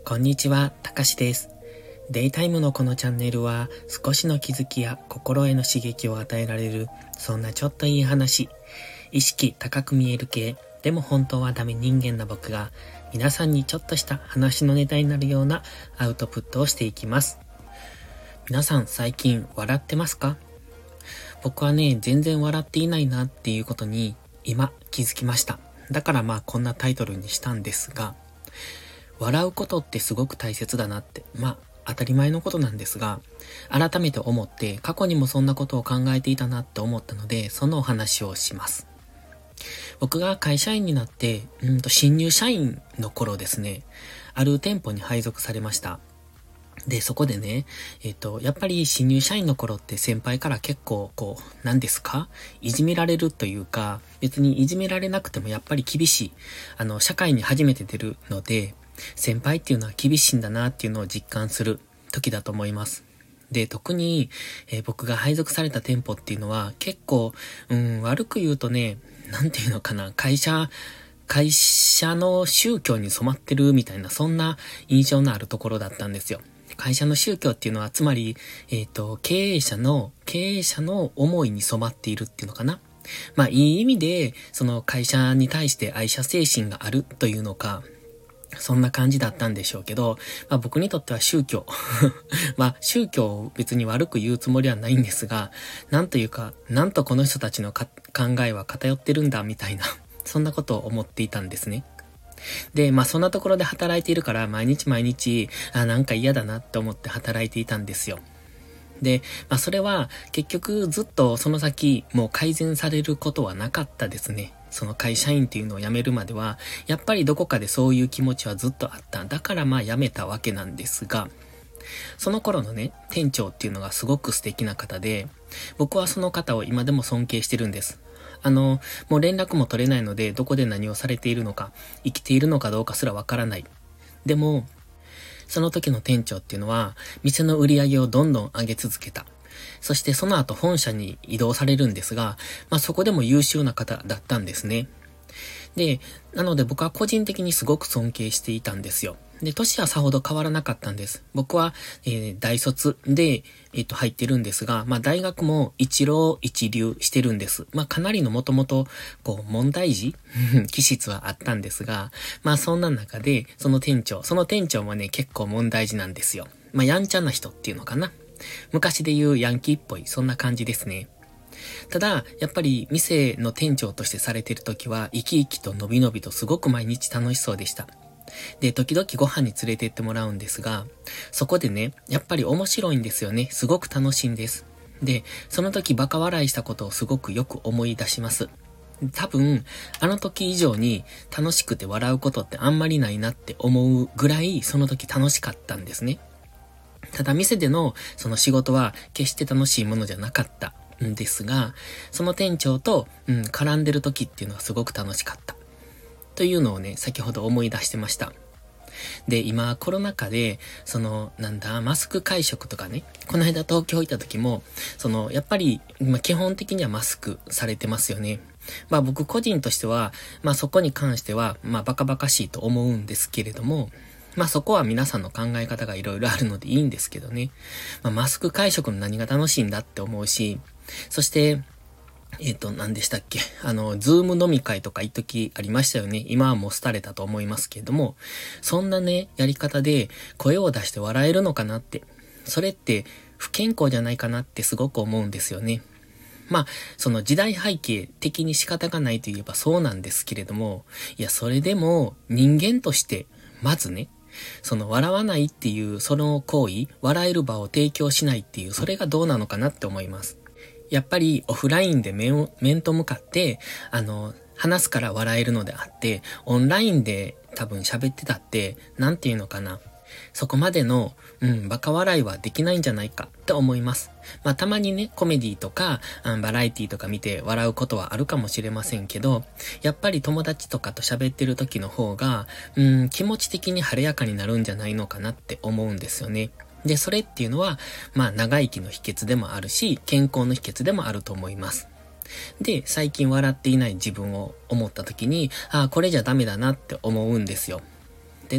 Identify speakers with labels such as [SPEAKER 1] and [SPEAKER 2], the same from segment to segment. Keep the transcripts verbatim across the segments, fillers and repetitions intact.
[SPEAKER 1] こんにちは、たかしです。デイタイムのこのチャンネルは少しの気づきや心への刺激を与えられる、そんなちょっといい話、意識高く見える系、でも本当はダメ人間な僕が皆さんにちょっとした話のネタになるようなアウトプットをしていきます。皆さん最近笑ってますか？僕はね、全然笑っていないなっていうことに今気づきました。だからまあこんなタイトルにしたんですが、笑うことってすごく大切だなって、まあ当たり前のことなんですが、改めて思って過去にもそんなことを考えていたなって思ったので、そのお話をします。僕が会社員になって、うんと新入社員の頃ですね、ある店舗に配属されました。で、そこでね、えっと、やっぱり新入社員の頃って先輩から結構、こう、何ですか？いじめられるというか、別にいじめられなくてもやっぱり厳しい。あの、社会に初めて出るので、先輩っていうのは厳しいんだなっていうのを実感する時だと思います。で、特に、えー僕が配属された店舗っていうのは結構、うん、悪く言うとね、なんていうのかな、会社、会社の宗教に染まってるみたいな、そんな印象のあるところだったんですよ。会社の宗教っていうのは、つまり、えっと、経営者の、経営者の思いに染まっているっていうのかな。まあ、いい意味で、その会社に対して愛社精神があるというのか、そんな感じだったんでしょうけど、まあ僕にとっては宗教。まあ宗教を別に悪く言うつもりはないんですが、なんというか、なんとこの人たちのか考えは偏ってるんだみたいな、そんなことを思っていたんですね。で、まあそんなところで働いているから毎日毎日、あ、なんか嫌だなって思って働いていたんですよ。で、まあそれは結局ずっとその先もう改善されることはなかったですね。その会社員っていうのを辞めるまでは、やっぱりどこかでそういう気持ちはずっとあった。だからまあ辞めたわけなんですが、その頃のね、店長っていうのがすごく素敵な方で、僕はその方を今でも尊敬してるんです。あの、もう連絡も取れないので、どこで何をされているのか、生きているのかどうかすらわからない。でも、その時の店長っていうのは、店の売り上げをどんどん上げ続けた。そしてその後本社に移動されるんですが、まあそこでも優秀な方だったんですね。で、なので僕は個人的にすごく尊敬していたんですよ。で、年はさほど変わらなかったんです。僕は、えー大卒で、えっと、入ってるんですが、まあ大学も一浪一流してるんです。まあかなりのもともと、こう、問題児気質はあったんですが、まあそんな中で、その店長、その店長もね、結構問題児なんですよ。まあやんちゃな人っていうのかな。昔で言うヤンキーっぽい、そんな感じですね。ただ、やっぱり店の店長としてされてる時は、生き生きとのびのびとすごく毎日楽しそうでした。で、時々ご飯に連れて行ってもらうんですが、そこでね、やっぱり面白いんですよね。すごく楽しいんです。で、その時バカ笑いしたことをすごくよく思い出します。多分、あの時以上に楽しくて笑うことってあんまりないなって思うぐらい、その時楽しかったんですね。ただ店でのその仕事は決して楽しいものじゃなかったんですが、その店長と、うん、絡んでる時っていうのはすごく楽しかった。というのをね、先ほど思い出してました。で、今コロナ禍で、その、なんだ、マスク会食とかね、この間東京行った時も、その、やっぱり、まあ、基本的にはマスクされてますよね。まあ僕個人としては、まあそこに関しては、まあバカバカしいと思うんですけれども、まあそこは皆さんの考え方がいろいろあるのでいいんですけどね。まあマスク会食の何が楽しいんだって思うし、そして、えっと、何でしたっけ？あの、ズーム飲み会とか一時ありましたよね。今はもう廃れたと思いますけれども、そんなね、やり方で声を出して笑えるのかなって、それって不健康じゃないかなってすごく思うんですよね。まあ、その時代背景的に仕方がないと言えばそうなんですけれども、いや、それでも人間として、まずね、その笑わないっていうその行為、笑える場を提供しないっていう、それがどうなのかなって思います。やっぱりオフラインで面を、面と向かって、あの、話すから笑えるのであって、オンラインで多分喋ってたって、なんていうのかな。そこまでの、うん、バカ笑いはできないんじゃないかって思います。まあ、たまにね、コメディとか、うん、バラエティとか見て笑うことはあるかもしれませんけど、やっぱり友達とかと喋ってる時の方が、うん、気持ち的に晴れやかになるんじゃないのかなって思うんですよね。で、それっていうのは、まあ、長生きの秘訣でもあるし、健康の秘訣でもあると思います。で、最近笑っていない自分を思った時に、ああ、これじゃダメだなって思うんですよ。でね、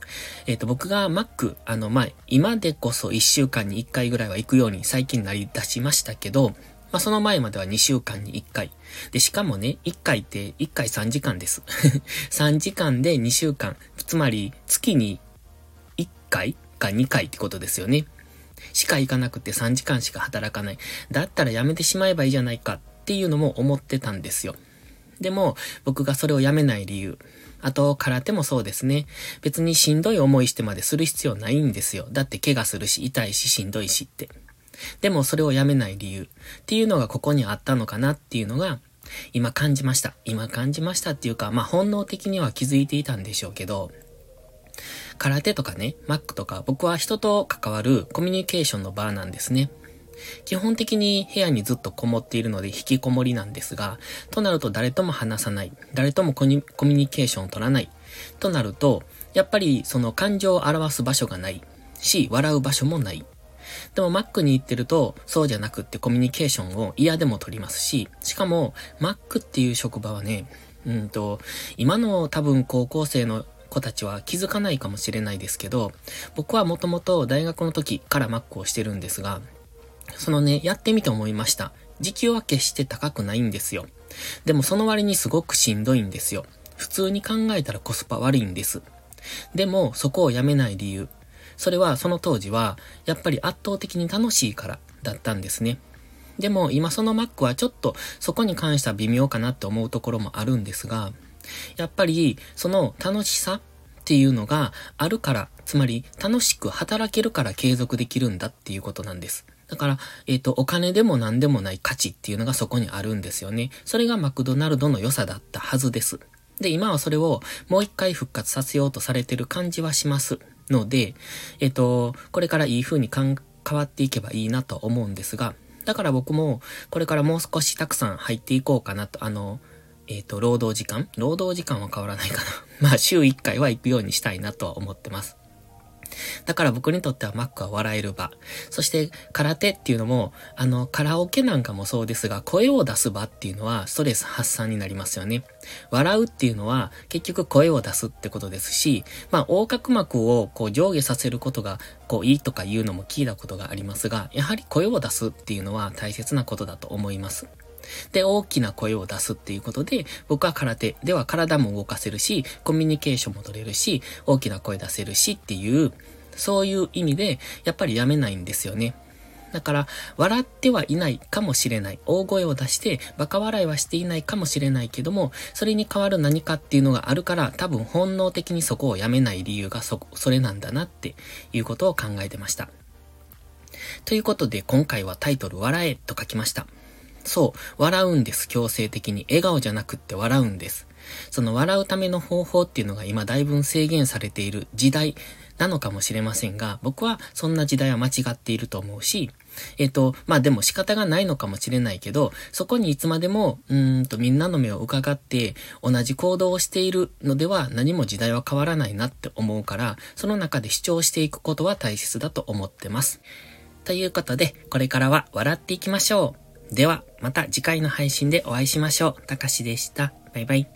[SPEAKER 1] えっと、僕が Mac、あの、まあ、今でこそいっしゅうかんにいっかいぐらいは行くように最近なり出しましたけど、まあ、その前まではにしゅうかんにいっかい。で、しかもね、いっかいっていっかいさんじかんです。さんじかんでにしゅうかん。つまり、月にいっかいかにかいってことですよね。しか行かなくてさんじかんしか働かない。だったらやめてしまえばいいじゃないかっていうのも思ってたんですよ。でも、僕がそれをやめない理由。あと、空手もそうですね。別にしんどい思いしてまでする必要ないんですよ。だって怪我するし、痛いし、しんどいしって。でも、それをやめない理由っていうのがここにあったのかなっていうのが、今感じました。今感じましたっていうか、まあ、本能的には気づいていたんでしょうけど、空手とかね、Mac とか、僕は人と関わるコミュニケーションの場なんですね。基本的に部屋にずっとこもっているので引きこもりなんですが、となると誰とも話さない、誰ともコミュニケーションを取らない、となると、やっぱりその感情を表す場所がないし、笑う場所もない。でも Mac に行ってると、そうじゃなくってコミュニケーションを嫌でも取りますし、しかも Mac っていう職場はね、うんと、今の多分高校生の子たちは気づかないかもしれないですけど、僕はもともと大学の時から Mac をしてるんですが、そのね、やってみて思いました。時給は決して高くないんですよ。でもその割にすごくしんどいんですよ。普通に考えたらコスパ悪いんです。でもそこをやめない理由。それはその当時はやっぱり圧倒的に楽しいからだったんですね。でも今その Mac はちょっとそこに関しては微妙かなって思うところもあるんですが、やっぱりその楽しさっていうのがあるから、つまり楽しく働けるから継続できるんだっていうことなんです。だから、えっと、お金でも何でもない価値っていうのがそこにあるんですよね。それがマクドナルドの良さだったはずです。で、今はそれをもう一回復活させようとされてる感じはしますので、えっと、これからいい風に変わっていけばいいなと思うんですが、だから僕もこれからもう少したくさん入っていこうかなと、あの、えっと、労働時間労働時間は変わらないかな。まあ、週いっかいは行くようにしたいなとは思ってます。だから僕にとっては Mac は笑える場。そして空手っていうのも、あの、カラオケなんかもそうですが、声を出す場っていうのはストレス発散になりますよね。笑うっていうのは結局声を出すってことですし、まあ、横隔膜をこう上下させることがこういいとかいうのも聞いたことがありますが、やはり声を出すっていうのは大切なことだと思います。で、大きな声を出すっていうことで、僕は空手では体も動かせるし、コミュニケーションも取れるし、大きな声出せるしっていう、そういう意味で、やっぱりやめないんですよね。だから、笑ってはいないかもしれない。大声を出して、バカ笑いはしていないかもしれないけども、それに代わる何かっていうのがあるから、多分本能的にそこをやめない理由がそ、それなんだなっていうことを考えてました。ということで、今回はタイトル、笑えと書きました。そう、笑うんです。強制的に。笑顔じゃなくって笑うんです。その笑うための方法っていうのが今だいぶ制限されている時代なのかもしれませんが、僕はそんな時代は間違っていると思うし、えっと、まあでも仕方がないのかもしれないけど、そこにいつまでも、うーんとみんなの目を伺って同じ行動をしているのでは何も時代は変わらないなって思うから、その中で主張していくことは大切だと思ってます。ということで、これからは笑っていきましょう。では、また次回の配信でお会いしましょう。たかしでした。バイバイ。